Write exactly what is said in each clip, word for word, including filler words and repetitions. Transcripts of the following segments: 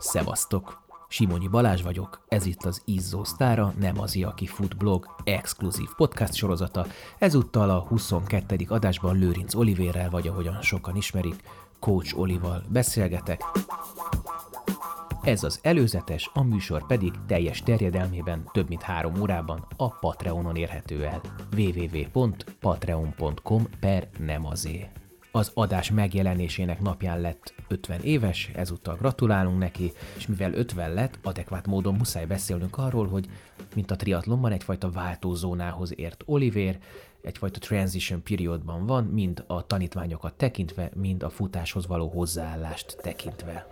Szevasztok! Simonyi Balázs vagyok, ez itt az Izzó Sztára, nem az, aki fut blog exkluzív podcast sorozata. Ezúttal a huszonkettedik adásban Lőrinc Olivérrel, vagy ahogyan sokan ismerik, Coach Olival beszélgetek. Ez az előzetes, a műsor pedig teljes terjedelmében több mint három órában a Patreonon érhető el. www pont patreon pont com per nemazé. Az adás megjelenésének napján lett ötven éves, ezúttal gratulálunk neki, és mivel ötven lett, adekvát módon muszáj beszélnünk arról, hogy mint a triatlonban egyfajta váltózónához ért Olivér, egyfajta transition periodban van, mind a tanítványokat tekintve, mind a futáshoz való hozzáállást tekintve.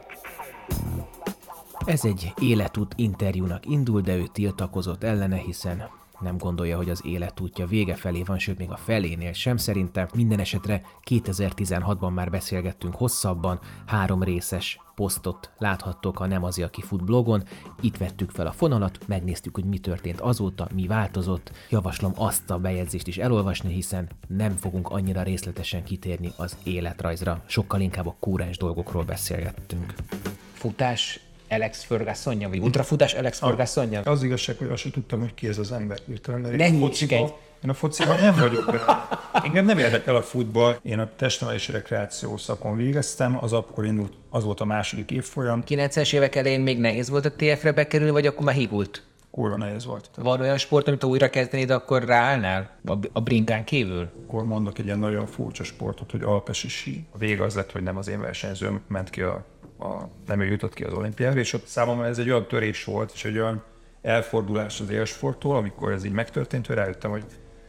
Ez egy életút interjúnak indul, de ő tiltakozott ellene, hiszen nem gondolja, hogy az életútja vége felé van, sőt még a felénél sem. Szerintem minden esetre kétezer-tizenhatban már beszélgettünk hosszabban, három részes posztot láthattok a Nem az, aki fut blogon. Itt vettük fel a fonalat, megnéztük, hogy mi történt azóta, mi változott. Javaslom azt a bejegyzést is elolvasni, hiszen nem fogunk annyira részletesen kitérni az életrajzra, sokkal inkább a kúrens dolgokról beszélgettünk. Futás Alex Fergusonja, vagy ultrafutás Alex Fergusonja? Az igazság, hogy azt sem tudtam, hogy ki ez az ember. Ne hülyeskedj! Én a fociban nem vagyok be. Engem nem érdekel a futball. Én a testnevelési rekreáció szakon végeztem, az akkor indult, az volt a második évfolyam. kilencvenes évek elején még nehéz volt a té ef-re bekerülni, vagy akkor már hígult? Kurva nehéz volt. Van olyan sport, amit ha újra kezdenéd, akkor ráállnál? A, a bringán kívül? Akkor mondok egy ilyen nagyon furcsa sportot, hogy alpesi sí. A vége az lett, hogy nem az én versenyzőm ment ki a A, nem ő jutott ki az olimpiára, és ott számomra ez egy olyan törés volt, és egy olyan elfordulás az élsporttól, amikor ez így megtörtént, hogy rájöttem, hogy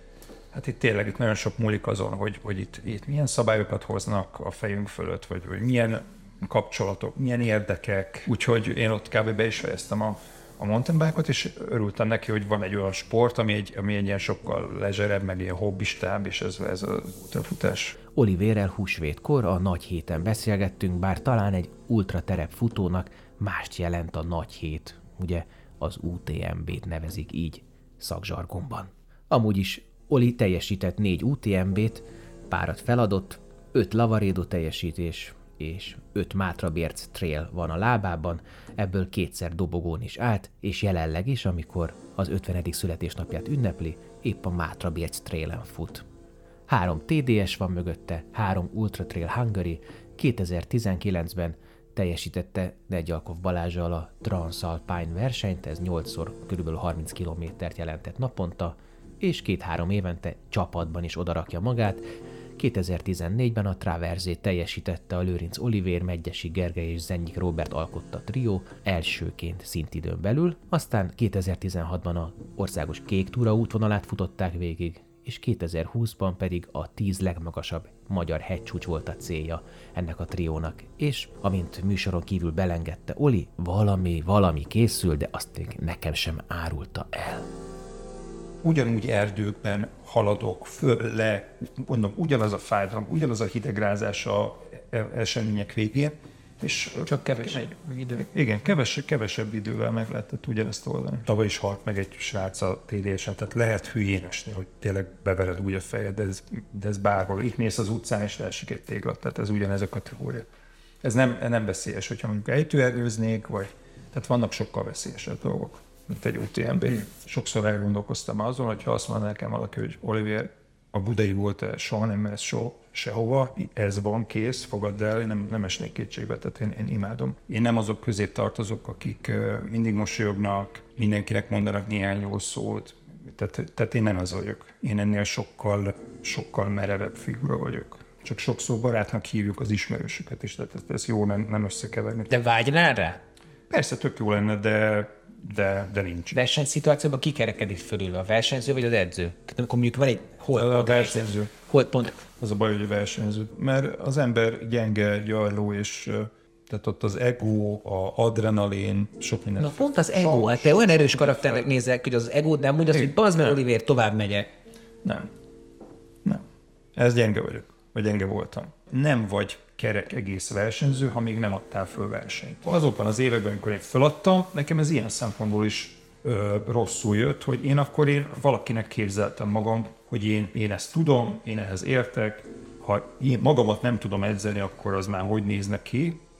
hát itt tényleg itt nagyon sok múlik azon, hogy, hogy itt, itt milyen szabályokat hoznak a fejünk fölött, vagy, vagy milyen kapcsolatok, milyen érdekek. Úgyhogy én ott kb. Be is fejeztem a, a mountain bike-ot, és örültem neki, hogy van egy olyan sport, ami egy, ami egy ilyen sokkal lezserebb, meg ilyen hobbistább, és ez, ez az ultrafutás. Olivérrel húsvétkor a nagy héten beszélgettünk, bár talán egy ultraterep futónak mást jelent a nagy hét. Ugye az u té em bé-t nevezik így szakzsargonban. Amúgy is Oli teljesített négy u té em bé-t, párat feladott, öt Lavaredo teljesítés és öt Mátrabérc trail van a lábában, ebből kétszer dobogón is állt, és jelenleg is, amikor az ötvenedik születésnapját ünnepli, épp a Mátrabérc trailen fut. Három té dé es van mögötte, három Ultra Trail Hungary, kétezer-tizenkilencben teljesítette Negyalkov Balázsal a Transalpine versenyt, ez nyolcszor kb. harminc kilométert jelentett naponta, és két-három évente csapatban is odarakja magát. kétezer-tizennégyben a Traverzét teljesítette a Lőrinc Olivér, Megyesi Gergely és Zennyik Róbert alkotta trió elsőként szintidőn belül, aztán kétezer-tizenhatban a országos kék túra útvonalát futották végig, és kétezer-húszban pedig a tíz legmagasabb magyar hegycsúcs volt a célja ennek a triónak. És amint műsoron kívül belengedte Oli, valami, valami készül, de azt még nekem sem árulta el. Ugyanúgy erdőkben haladok föl, le, mondom, ugyanaz a fájdalom, ugyanaz a hidegrázás a események végén, és csak kevesebb idő. Igen, kevesebb, kevesebb idővel meg lehetett ugyanezt oldani. Tavaly is halt meg egy srác a té dé esen, tehát lehet hülyén esni, hogy tényleg bevered úgy a fejed, de ez, de ez bárhol. Itt mész az utcán, és leesik egy tégla, tehát ez ugyanez a kategória. Ez nem, nem veszélyes, hogyha mondjuk ejtőerőznék, vagy tehát vannak sokkal veszélyesebb dolgok, mint egy u té em bé. Hmm. Sokszor elgondolkoztam azon, hogyha azt mondaná nekem valaki, hogy Olivér, a budai volt soha nem mehetsz soha, sehova, ez van, kész, fogadd el, én nem, nem esnék kétségbe, tehát én, én imádom. Én nem azok közé tartozok, akik uh, mindig mosolyognak, mindenkinek mondanak néhány jó szót, tehát, tehát én nem az vagyok. Én ennél sokkal, sokkal merevebb figura vagyok. Csak sokszor barátnak hívjuk az ismerősöket is, tehát ez jó nem, nem összekeverni. De vágynál rá? Persze, tök jó lenne, de... De, de nincs. Versenyszituációban ki kerekedik fölül, a versenyző vagy az edző? Tehát amikor mondjuk van egy hol, a versenyző. Hol pont? Az a baj, hogy a versenyző. Mert az ember gyenge, gyarló, és tehát ott az ego, a adrenalin, sok minden. Na pont az ego, hát te olyan erős karakternek nézel, hogy az egód nem mondja, hogy bazd meg Olivér, tovább megyek. Nem. Nem. Ez gyenge vagyok, vagy gyenge voltam. Nem vagy kerek egész versenyző, ha még nem adtál föl versenyt. Azokban az években, amikor én föladtam, nekem ez ilyen szempontból is ö, rosszul jött, hogy én akkor én valakinek képzeltem magam, hogy én, én ezt tudom, én ehhez értek, ha én magamat nem tudom edzeni, akkor az már hogy néznek ki,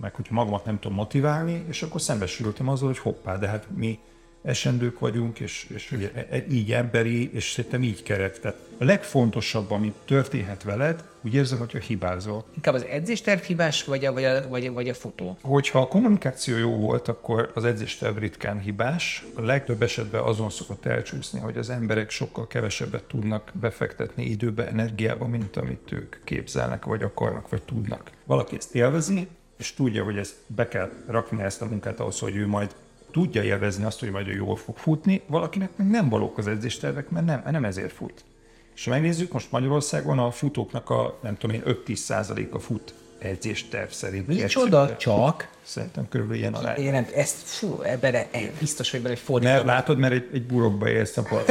meg hogyha magamat nem tudom motiválni, és akkor szembesültem azzal, hogy hoppá, de hát mi esendők vagyunk, és, és ugye, így emberi, és szerintem így kerek. Tehát a legfontosabb, ami történhet veled, úgy érzem, hogyha hibázol. Inkább az edzésterv hibás, vagy a, vagy, a, vagy, a, vagy a futó? Hogyha a kommunikáció jó volt, akkor az edzésterv ritkán hibás. A legtöbb esetben azon szokott elcsúszni, hogy az emberek sokkal kevesebbet tudnak befektetni időbe, energiába, mint amit ők képzelnek, vagy akarnak, vagy tudnak. Valaki ezt élvezi, és tudja, hogy ezt be kell rakni ezt a munkát ahhoz, hogy ő majd tudja élvezni azt, hogy majd ő jól fog futni, valakinek meg nem valók az edzéstervek, mert nem, nem ezért fut. És ha megnézzük, most Magyarországon a futóknak a, nem tudom én, öt-tíz százaléka fut edzésterv szerint. Micsoda csak? Szerintem körülbelül ilyen arány. Jelent, ezt, fú, ebben biztos, hogy bele fordítom. Mert látod, mert egy, egy burokba élsz a part.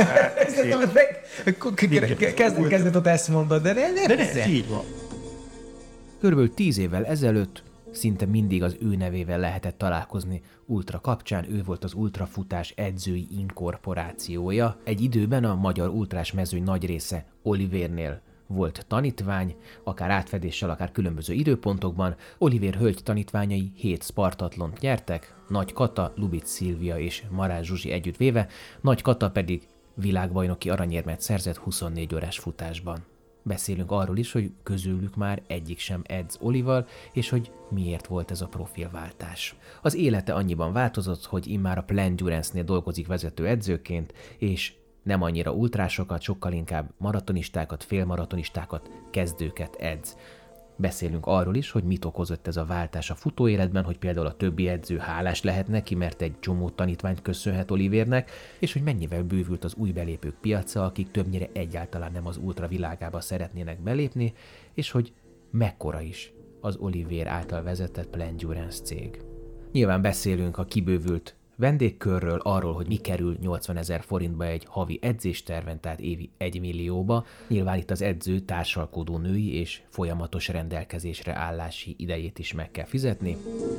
Kezdett ott ezt mondod, de ne, de ne, így van. Körülbelül tíz évvel ezelőtt szinte mindig az ő nevével lehetett találkozni. Ultra kapcsán ő volt az ultrafutás edzői inkorporációja. Egy időben a magyar ultrás mezőny nagy része Olivérnél volt tanítvány, akár átfedéssel, akár különböző időpontokban. Olivér hölgy tanítványai hét Spartatlont nyertek, Nagy Kata, Lubic Szilvia és Marás Zsuzsi együttvéve, Nagy Kata pedig világbajnoki aranyérmet szerzett huszonnégy órás futásban. Beszélünk arról is, hogy közülük már egyik sem edz Olival, és hogy miért volt ez a profilváltás. Az élete annyiban változott, hogy immár a Plendurance-nél dolgozik vezető edzőként, és nem annyira ultrásokat, sokkal inkább maratonistákat, félmaratonistákat, kezdőket edz. Beszélünk arról is, hogy mit okozott ez a váltás a futóéletben, hogy például a többi edző hálás lehet neki, mert egy csomó tanítványt köszönhet Olivérnek, és hogy mennyivel bővült az új belépők piaca, akik többnyire egyáltalán nem az ultra világába szeretnének belépni, és hogy mekkora is az Olivér által vezetett Plendurance cég. Nyilván beszélünk a kibővült vendégkörről, arról, hogy mi kerül nyolcvanezer forintba egy havi edzésterven, tehát évi egy millióba. Nyilván itt az edző társalkodó női és folyamatos rendelkezésre állási idejét is meg kell fizetni.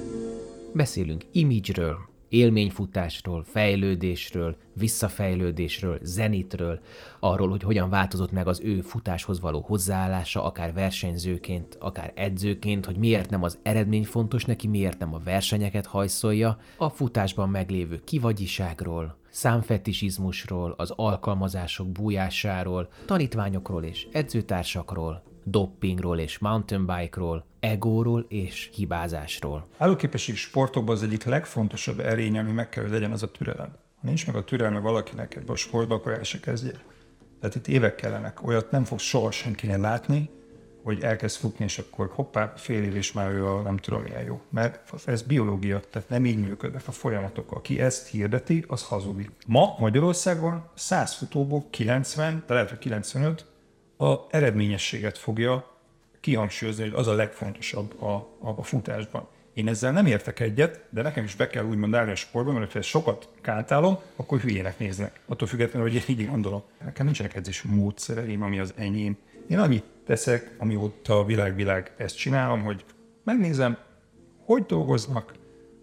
Beszélünk image-ről, élményfutásról, fejlődésről, visszafejlődésről, zenitről, arról, hogy hogyan változott meg az ő futáshoz való hozzáállása, akár versenyzőként, akár edzőként, hogy miért nem az eredmény fontos neki, miért nem a versenyeket hajszolja, a futásban meglévő kivagyiságról, számfetisizmusról, az alkalmazások bújásáról, tanítványokról és edzőtársakról, doppingról és mountainbike-ról, egóról és hibázásról. Állóképesség sportokban az egyik legfontosabb erény, ami meg kell, hogy legyen, az a türelem. Ha nincs meg a türelme valakinek ebben a sportban, akkor el se kezdje. Tehát itt évek kellenek. Olyat nem fog soha senkinél látni, hogy elkezd futni, és akkor hoppá, fél év és már ő a nem tudom milyen jó. Mert ez biológia, tehát nem így működnek a folyamatok. Aki ezt hirdeti, az hazudik. Ma Magyarországon száz futóból kilencven, de lehet, hogy kilencvenöt a eredményességet fogja kihangsúlyozni, hogy az a legfontosabb a, a, a futásban. Én ezzel nem értek egyet, de nekem is be kell úgymond állni a sportban, mert ha ezt sokat kántálom, akkor hülyének néznek. Attól függetlenül, hogy én így gondolom. Nekem nincsenek edzési módszereim, ami az enyém. Én annyit teszek, amióta a világ-világ ezt csinálom, hogy megnézem, hogy dolgoznak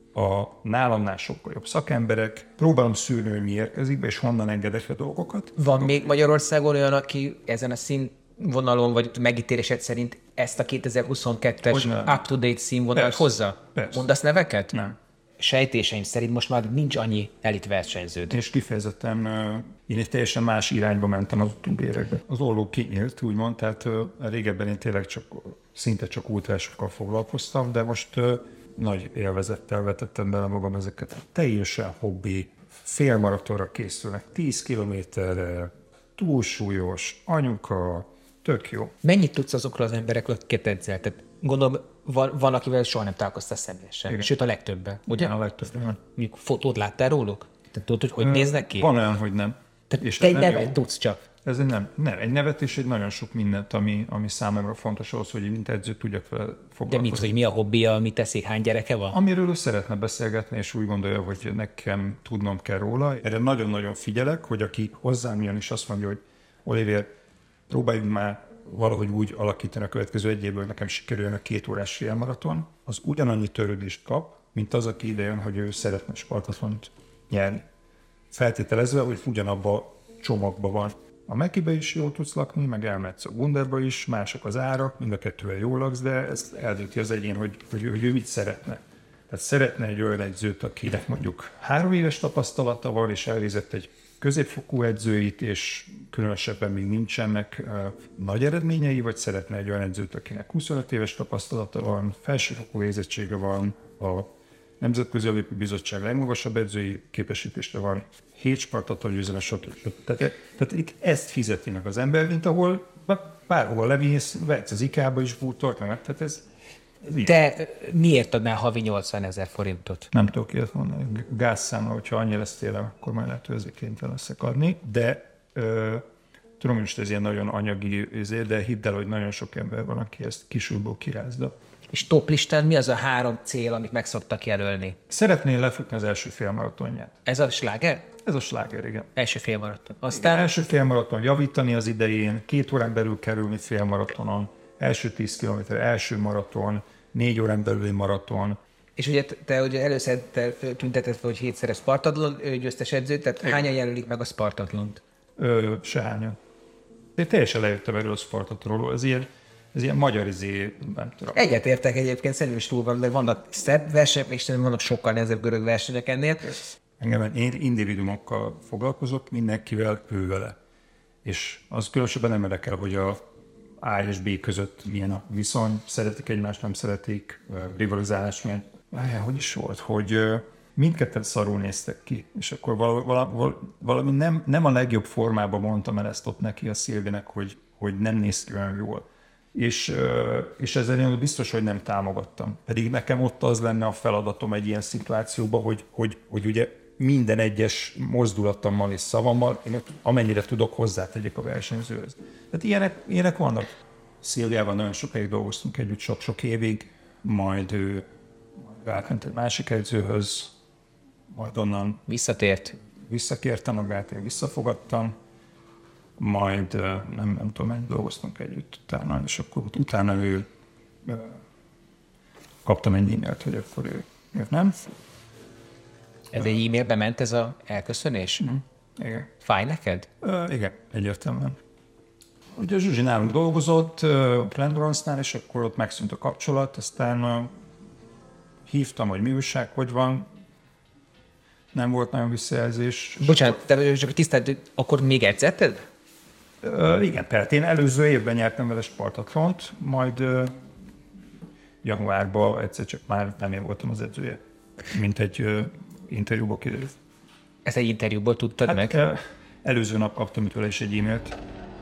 a nálamnál sokkal jobb szakemberek, próbálom szűrni, hogy mi érkezik be, és honnan engedek a dolgokat. Van még Magyarországon olyan, aki ezen a színvonalon, vagy megítélésed szerint ezt a kétezer-huszonkettes up-to-date színvonalat hozza? Persze. Mondasz neveket? Nem. Sejtéseim szerint most már nincs annyi elit versenyződ. És kifejezetten én egy teljesen más irányba mentem az utóbbi években. Az olló kinyílt, úgymond, tehát régebben én tényleg csak, szinte csak ultrásokkal foglalkoztam, de most nagy élvezettel vetettem bele magam ezeket. Teljesen hobbi, félmaratonra készülnek, tíz kilométerre, túlsúlyos, anyuka, tök jó. Mennyit tudsz azokról az emberekről, akiket edzel? Tehát gondolom, van, van, akivel soha nem találkoztál személyesen. Igen. Sőt, a legtöbben. Ugye? Igen, a legtöbben. Mondjuk fotót láttál róluk? Tehát tudod, hogy hogy Ö, néznek ki? Van olyan, hogy nem. Tehát és te egy nevet jó. Tudsz csak. Ez egy nem, nem. Egy nevet és egy nagyon sok mindent, ami, ami számomra fontos ahhoz, hogy mint edző tudjak vele foglalkozni. De mit, hogy mi a hobbija, mit teszik, hány gyereke van? Amiről ő szeretne beszélgetni, és úgy gondolja, hogy nekem tudnom kell róla. Erre nagyon-nagyon figyelek, hogy aki hozzám jön, és azt mondja, hogy Olivér, próbáljunk már valahogy úgy alakítani a következő egy évből, nekem sikerüljön a két órás félmaraton, az ugyanannyi törődést kap, mint az, aki idejön, hogy ő szeretne Spartatont nyerni. Feltételezve, hogy ugyanabban a csomagban van. a Mekibe is jól tudsz lakni, meg elmehetsz a Gunderba is, mások az árak, mind a kettővel jól laksz, de ez eldönti az egyén, hogy, hogy, hogy ő mit szeretne. Tehát szeretne egy olyan edzőt, akinek mondjuk három éves tapasztalata van, és elvégzett egy középfokú edzőit, és különösebben még nincsenek uh, nagy eredményei, vagy szeretne egy olyan edzőt, akinek huszonöt éves tapasztalata van, felsőfokú végzettsége van, a Nemzetközi Olimpiai Bizottság legmagasabb edzői képesítésre van, hét Spartaton győzelem, stb. Tehát, tehát ezt fizeti meg az ember, mint ahol bárhol levisz, vehetsz az IKEA-ba is bútort, tehát ez De miért adnál havi nyolcvanezer forintot? Nem tudok ilyet mondani. Gázszámla, hogyha annyi lesz tényleg, akkor majd lehet, hogy ezért kénytelen leszek adni. De ö, tudom, hogy ez ilyen nagyon anyagi ezért, de hidd el, hogy nagyon sok ember van, aki ezt kisújból kirázza. És top listán mi az a három cél, amit meg szoktak jelölni? Szeretnél lefutni az első félmaratonját. Ez a sláger? Ez a sláger, igen. Első félmaraton. Aztán? Igen, első félmaraton, javítani az idején, két órán belül kerülni félmaratonon, első tíz kilométer, első maraton, négy órán belüli maraton. És ugye te ugye először te tüntetett fel, hogy hétszeres Spartatlon győztes edző, tehát igen. Hányan jelölik meg a Spartatlont? Ö, sehányan. Én teljesen lejöttem erről a Spartatlonról. Ez ilyen, ez ilyen magyar izé, nem tudom. Egyetértek egyébként, szerintem is túl van, de vannak szebb versenyek, és vannak sokkal nehezebb görög versenyek ennél. Engem én individuumokkal foglalkozok, mindenkivel ő vele. És az különösebben nem érdekel, hogy a A és B között milyen a viszony, szeretik egymást, nem szeretik, rivalizálás milyen. Vájjá, hogy is volt, hogy mindketten szarul néztek ki, és akkor valami, valami nem, nem a legjobb formában mondtam el ezt ott neki a Szilvinek, hogy, hogy nem néz ki olyan jól. És, és ezzel én biztos, hogy nem támogattam. Pedig nekem ott az lenne a feladatom egy ilyen szituációban, hogy, hogy, hogy ugye minden egyes mozdulatommal és szavammal, én amennyire tudok, hozzátegyek a versenyzőhöz. Tehát ilyenek, ilyenek vannak. Szilviával nagyon sokáig dolgoztunk együtt, sok-sok évig, majd ő átment egy másik edzőhöz, majd onnan visszatért. Visszakérte magát, én visszafogadtam, majd nem, nem tudom, mennyit dolgoztunk együtt utána, és akkor utána ő kaptam egy e-mailt, hogy akkor ő, ő nem. Ez egy e-mailbe ment ez az elköszönés? Mm. Igen. Fáj neked? Uh, igen, egyértelműen. Ugye Zsuzsi nálunk dolgozott, uh, Plendronsnál, és akkor ott megszűnt a kapcsolat, aztán uh, hívtam, hogy mi újság, hogy van. Nem volt nagyon visszajelzés. Bocsánat, te csak tisztelt, akkor még edzetted? Uh, igen, tehát én előző évben nyertem vele Spartatlont, majd uh, januárban egyszer csak már nem én voltam az edzője, mint egy uh, interjúból kiderült. Ezt egy interjúból tudtad hát, meg? Uh, előző nap kaptam tőle is egy e-mailt.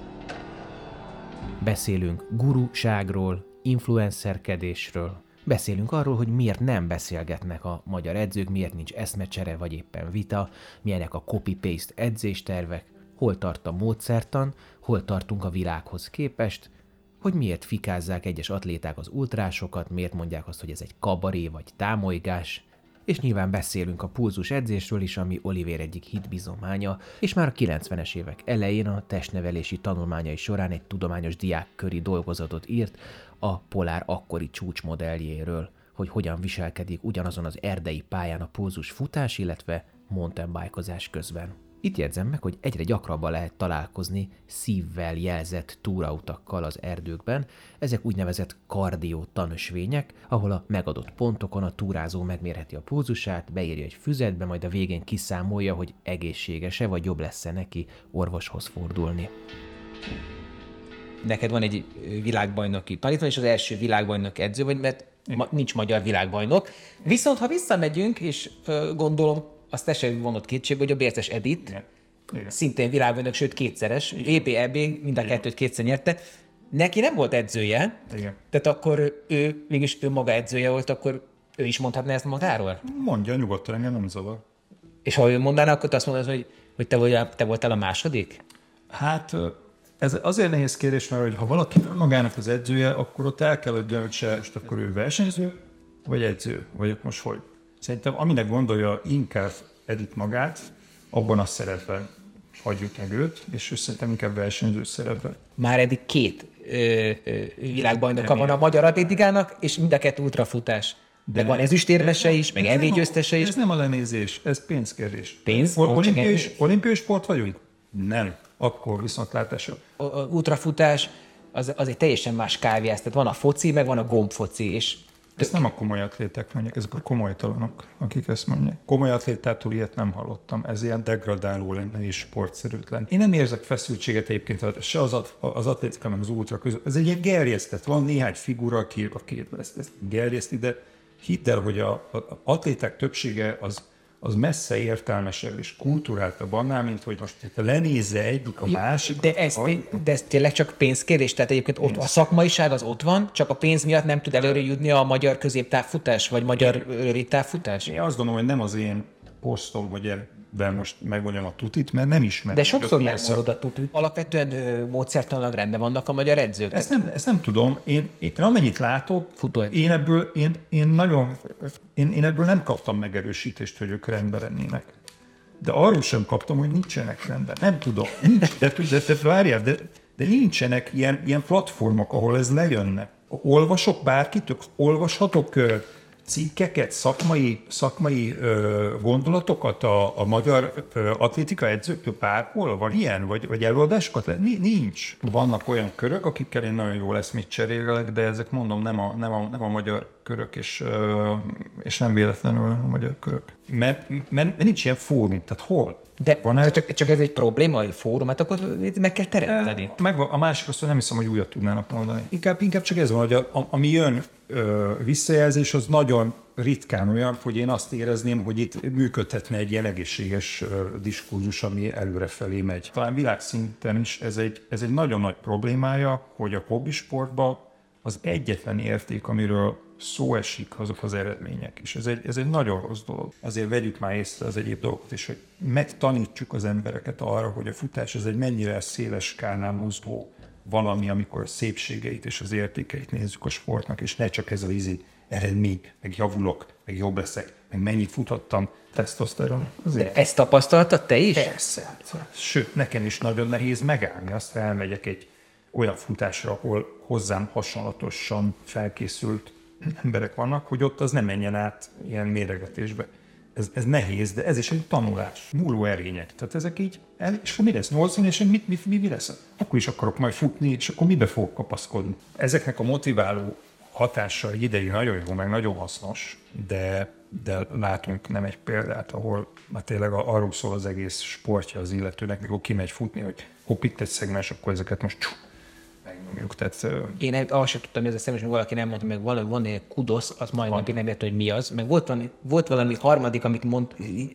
Beszélünk guruságról, influencerkedésről. Beszélünk arról, hogy miért nem beszélgetnek a magyar edzők, miért nincs eszmecsere, vagy éppen vita, milyenek a copy-paste edzéstervek, hol tart a módszertan, hol tartunk a világhoz képest, hogy miért fikázzák egyes atléták az ultrásokat, miért mondják azt, hogy ez egy kabaré vagy támolygás, és nyilván beszélünk a pulzus edzésről is, ami Olivér egyik hitbizománya, és már a kilencvenes évek elején a testnevelési tanulmányai során egy tudományos diákköri dolgozatot írt a Polár akkori csúcsmodelljéről, hogy hogyan viselkedik ugyanazon az erdei pályán a pulzus futás, illetve mountainbikeozás közben. Itt jegyzem meg, hogy egyre gyakrabban lehet találkozni szívvel jelzett túrautakkal az erdőkben. Ezek úgynevezett kardió tanösvények, ahol a megadott pontokon a túrázó megmérheti a pulzusát, beírja egy füzetbe, majd a végén kiszámolja, hogy egészséges-e vagy jobb lesz-e neki orvoshoz fordulni. Neked van egy világbajnoki tanítvány, és az első világbajnok edző vagy, mert ma, nincs magyar világbajnok. Viszont ha visszamegyünk, és ö, gondolom, azt te sem vonott kétség, hogy a Bérces Edith, igen. Igen. Szintén világbajnok, sőt kétszeres, vé bé, é bé, mind a kettőt kétszer nyerte. Neki nem volt edzője, igen. Tehát akkor ő, mégis ő maga edzője volt, akkor ő is mondhatná ezt magáról? Mondja, nyugodtan, engem nem zavar. És ha ő mondaná, akkor te azt mondod, hogy, hogy te, voltál, te voltál a második? Hát ez azért nehéz kérdés, mert hogy ha valaki magának az edzője, akkor ott el kell, hogy döntse, és akkor ő versenyző, vagy edző, vagy most hogy. Szerintem aminek gondolja inkább Edith magát, abban a szerepben hagyjuk meg őt, és ő szerintem inkább versenyző szerepben. Már eddig két ö, ö, világbajnoka van a magyar atlétikának, és mind a kettő ultrafutás. De van ezüstérmese is, meg em vé győztese is. Ez nem a lenézés, ez pénzkérdés. Pénz? Olimpiai, olimpiai sport vagyunk? Nem. akkor viszontlátásra. A, a ultrafutás az, az egy teljesen más kávéház, tehát van a foci, meg van a gombfoci, és ezt nem a komoly atléták mondják, ezek a komolytalanok, akik ezt mondják. Komoly atlétától ilyet nem hallottam, ez ilyen degradáló lenne és sportszerűtlen. Én nem érzek feszültséget egyébként, se az, az atlétika, meg az ultra között. Ez egy ilyen gerjesztett, van néhány figura, aki, aki ezt, ezt gerjeszti, de hidd el, hogy az atléták többsége az, az messze értelmesebb és kulturáltabb annál, mint hogy most te lenézze egyik a másik. De ez, de ez tényleg csak pénzkérdés? Tehát egyébként ott a szakmaiság az ott van, csak a pénz miatt nem tud előre jutni a magyar középtávfutás, vagy magyar rövidtávfutás? Én azt gondolom, hogy nem az én posztom, vagy ebben most megmondjam a tutit, mert nem ismerem. De sokszor megmondod a tutit. Alapvetően módszertanilag rendben vannak a magyar edzők. Ezt nem, ezt nem tudom. Én, én amennyit látok, én ebből, én, én, nagyon, én, én ebből nem kaptam megerősítést, hogy ők rendben lennének. De arról sem kaptam, hogy nincsenek rendben. Nem tudom. De, de, de várjál, de, de nincsenek ilyen, ilyen platformok, ahol ez lejönne. Olvasok bárkit, olvashatok cikkeket, szakmai, szakmai ö, gondolatokat a, a magyar ö, atlétika edzőktől bárhol? Van ilyen? Vagy, vagy előadásokat? Nincs. Vannak olyan körök, akikkel én nagyon jól eszmét cserélek, de ezek mondom nem a, nem a, nem a magyar körök, és, ö, és nem véletlenül a magyar körök. Mert, mert, mert nincs ilyen fórum. Tehát hol? De van csak, csak ez egy probléma, hogy fórumát, akkor meg kell teremteni. Meg a másik azt nem hiszem, hogy újat tudnának mondani. Inkább, inkább csak ez van, hogy a, a, ami jön ö, visszajelzés, az nagyon ritkán olyan, hogy én azt érezném, hogy itt működhetne egy ilyen egészséges ö, diskurzus, ami előrefelé megy. Talán világszinten is ez egy, ez egy nagyon nagy problémája, hogy a hobbisportban az egyetlen érték, amiről szó esik, azok az eredmények. És ez egy, ez egy nagyon rossz dolog. Azért vegyük már észre az egyéb dolgokat is, hogy megtanítsuk az embereket arra, hogy a futás ez egy mennyire széles skálán mozgó valami, amikor szépségeit és az értékeit nézzük a sportnak, és ne csak ez a vízi eredmény, meg javulok, meg jobb leszek, meg mennyit futottam, tesztoszteron. De ezt tapasztaltad te is? Persze. Sőt, nekem is nagyon nehéz megállni, azt elmegyek egy olyan futásra, ahol hozzám hasonlatosan felkészült emberek vannak, hogy ott az nem menjen át ilyen méregetésbe. Ez, ez nehéz, de ez is egy tanulás. Múló erények. Tehát ezek így, és akkor mi lesz? nyolcvan és mit, mit, mi, mi lesz? Akkor is akarok majd futni, és akkor mibe fogok kapaszkodni? Ezeknek a motiváló hatása egy ideig nagyon jó, meg nagyon hasznos, de, de látunk nem egy példát, ahol már tényleg arról szól az egész sportja az illetőnek, mikor kimegy futni, hogy hopp, itt egy szegmens, akkor ezeket most csú, megnyomjuk. Tehát, én azt sem tudtam, hogy ez a szemes, hogy valaki nem mondta, meg valami van egy kudosz, az majdnem nem érte, hogy mi az. Meg volt valami, volt valami harmadik, amit mond,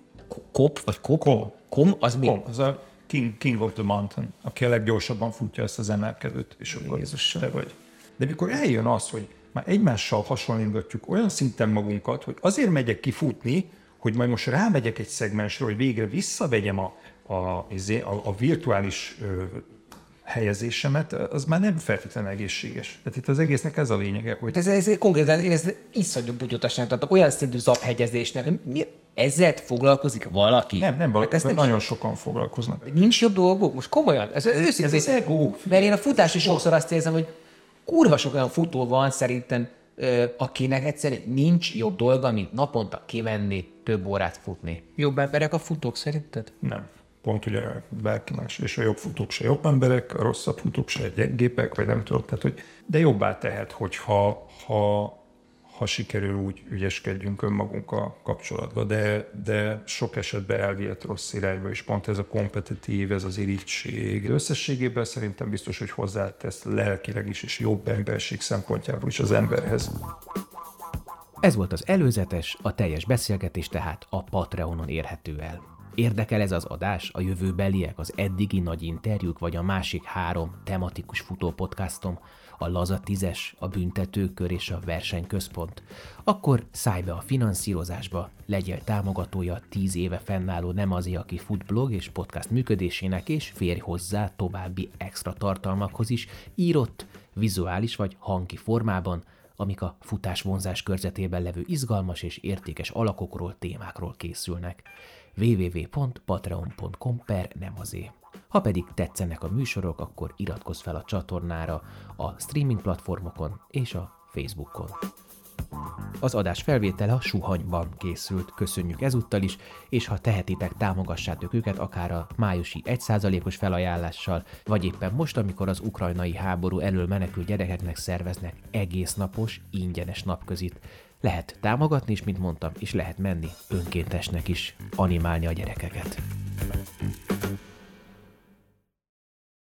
kop, vagy kop? Kom. Kom, az mi? Kom, az a King, King of the Mountain, aki a leggyorsabban futja ezt az emelkedőt, és akkor Jézus, te vagy. De mikor eljön az, hogy már egymással hasonlítgatjuk olyan szinten magunkat, hogy azért megyek ki futni, hogy majd most rámegyek egy szegmensről, hogy végre visszavegyem a, a, a, a virtuális ö, helyezésemet, az már nem feltétlenül egészséges. Tehát itt az egésznek ez a lényege, hogy... Ez, ez konkrétan, én ezt iszonyú bugyutasnak tartok, olyan szintű zaphegyezésnek. Mi, ezzel foglalkozik valaki? Nem, nem valaki, hát nem nagyon sokan foglalkoznak. Nincs jobb dolgok? Most komolyan? Ez, őszintén, ez az ego. Mert én a futás is sokszor azt érzem, hogy kurva sok olyan futó van szerintem, akinek egyszerűen nincs jobb dolga, mint naponta kimenni, több órát futni. Jobb emberek a futók szerinted? Nem. Pont ugye bárki más, és a jobb futók se jobb emberek, a rosszabb futók se gyengépek, vagy nem tudom, tehát, hogy de jobbá tehet, hogyha ha, ha sikerül úgy ügyeskedjünk önmagunkkal kapcsolatban, de, de sok esetben elvihet rossz irányba, és pont ez a kompetitív, ez az irítség. Összességében szerintem biztos, hogy hozzátesz lelkileg is, és jobb emberség szempontjából is az emberhez. Ez volt az előzetes, a teljes beszélgetés tehát a Patreonon érhető el. Érdekel ez az adás, a jövőbeliek, az eddigi nagy interjúk, vagy a másik három tematikus futópodcastom, a Laza tízes, a Büntetőkör és a Versenyközpont? Akkor szállj be a finanszírozásba, legyél támogatója a tíz éve fennálló Nem azért, aki fut blog és podcast működésének, és férj hozzá további extra tartalmakhoz is, írott, vizuális vagy hangi formában, amik a futás vonzás körzetében levő izgalmas és értékes alakokról, témákról készülnek. double-u double-u double-u pont patreon pont com per nem azé. Ha pedig tetszenek a műsorok, akkor iratkozz fel a csatornára a streaming platformokon és a Facebookon. Az adás felvétele a Suhanyban készült. Köszönjük ezúttal is, és ha tehetitek, támogassátok őket akár a májusi egy százalékos felajánlással, vagy éppen most, amikor az ukrajnai háború elől menekült gyerekeknek szerveznek egész napos, ingyenes napközit. Lehet támogatni is, mint mondtam, és lehet menni önkéntesnek is, animálni a gyerekeket.